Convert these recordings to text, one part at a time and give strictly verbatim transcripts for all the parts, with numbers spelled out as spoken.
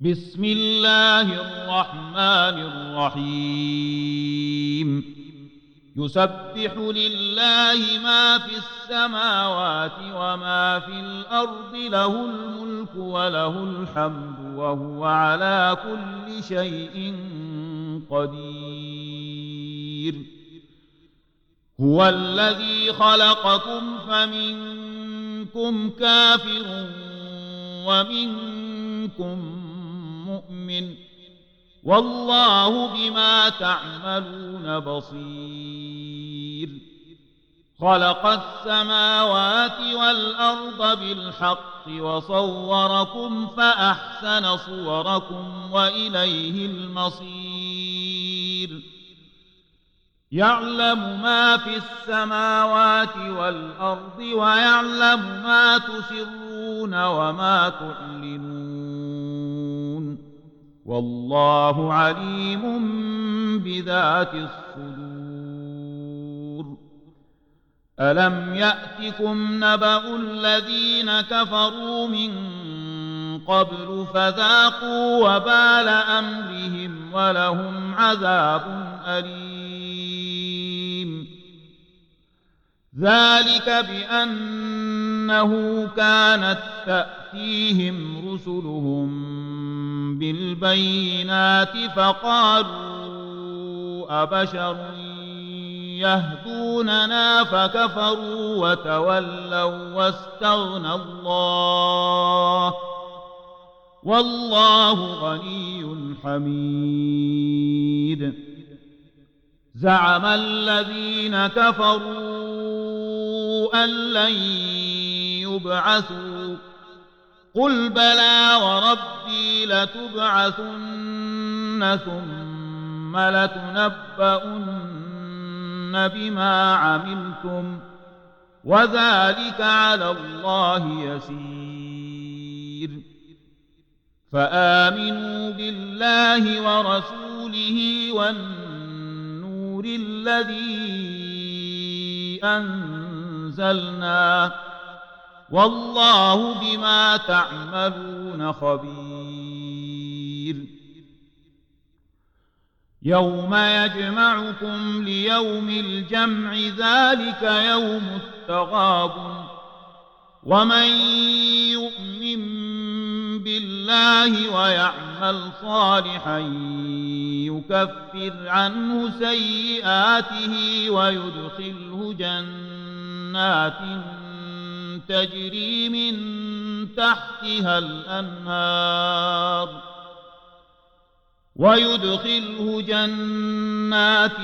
بسم الله الرحمن الرحيم يسبح لله ما في السماوات وما في الأرض له الملك وله الحمد وهو على كل شيء قدير هو الذي خلقكم فمنكم كافر ومنكم مؤمن والله بما تعملون بصير خلق السماوات والأرض بالحق وصوركم فأحسن صوركم وإليه المصير يعلم ما في السماوات والأرض ويعلم ما تسرون وما تعلنون والله عليم بذات الصدور ألم يأتكم نبأ الذين كفروا من قبل فذاقوا وبال أمرهم ولهم عذاب أليم ذلك بأنه كانت تأتيهم رسلهم بالبينات فقالوا أبشر يهدوننا فكفروا وتولوا واستغنى الله والله غني حميد زعم الذين كفروا أن لن يبعثوا قل بلى وربي لتبعثن ثم لتنبؤن بما عملتم وذلك على الله يسير فآمنوا بالله ورسوله والنور الذي أنزلنا والله بما تعملون خبير يوم يجمعكم ليوم الجمع ذلك يوم التغابن ومن يؤمن بالله ويعمل صالحا يكفر عنه سيئاته ويدخله جنات تجري من تحتها الأنهار ويدخله جنات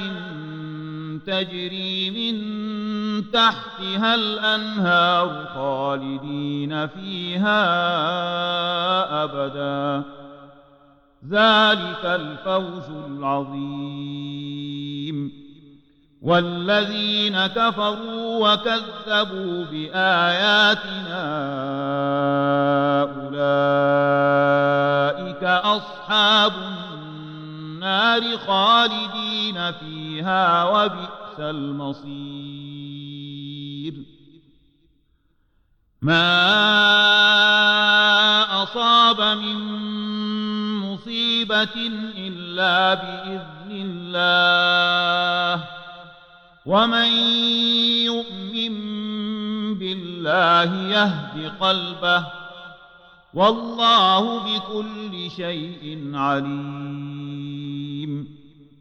تجري من تحتها الأنهار خالدين فيها أبدا ذلك الفوز العظيم والذين كفروا وكذبوا بآياتنا أولئك أصحاب النار خالدين فيها وبئس المصير ما أصاب من مصيبة إلا بإذن الله ومن يؤمن بالله يهد قلبه والله بكل شيء عليم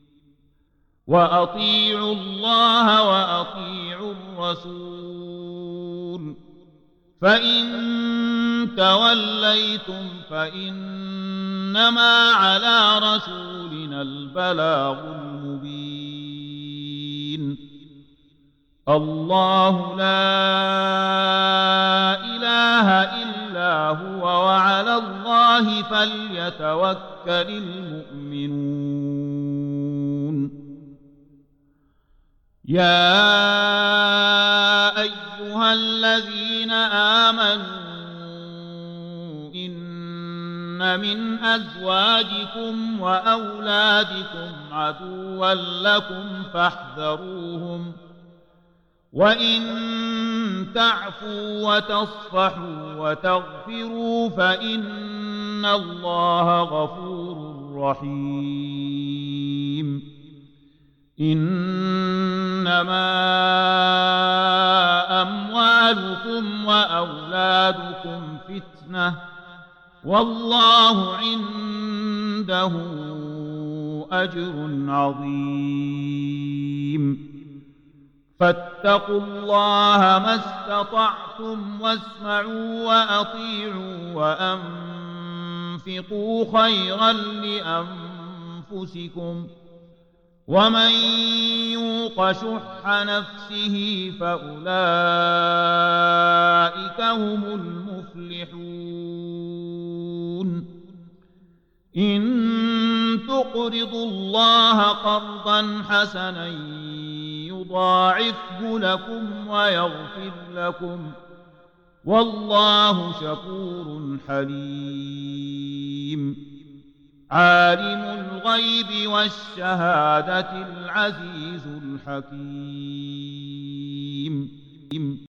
وأطيعوا الله وأطيعوا الرسول فإن توليتم فإنما على رسولنا البلاغ المبين الله لا إله إلا هو وعلى الله فليتوكل المؤمنون يا أيها الذين آمنوا إن من أزواجكم وأولادكم عدوا لكم فاحذروهم وإن تعفوا وتصفحوا وتغفروا فإن الله غفور رحيم. إنما أموالكم وأولادكم فتنة والله عنده أجر عظيم. فاتقوا الله ما استطعتم واسمعوا وأطيعوا وأنفقوا خيرا لأنفسكم ومن يوق شح نفسه فأولئك هم المفلحون. إن تقرضوا الله قرضا حسنا يضاعفه لكم ويغفر لكم والله شكور حليم. عالم الغيب والشهادة العزيز الحكيم.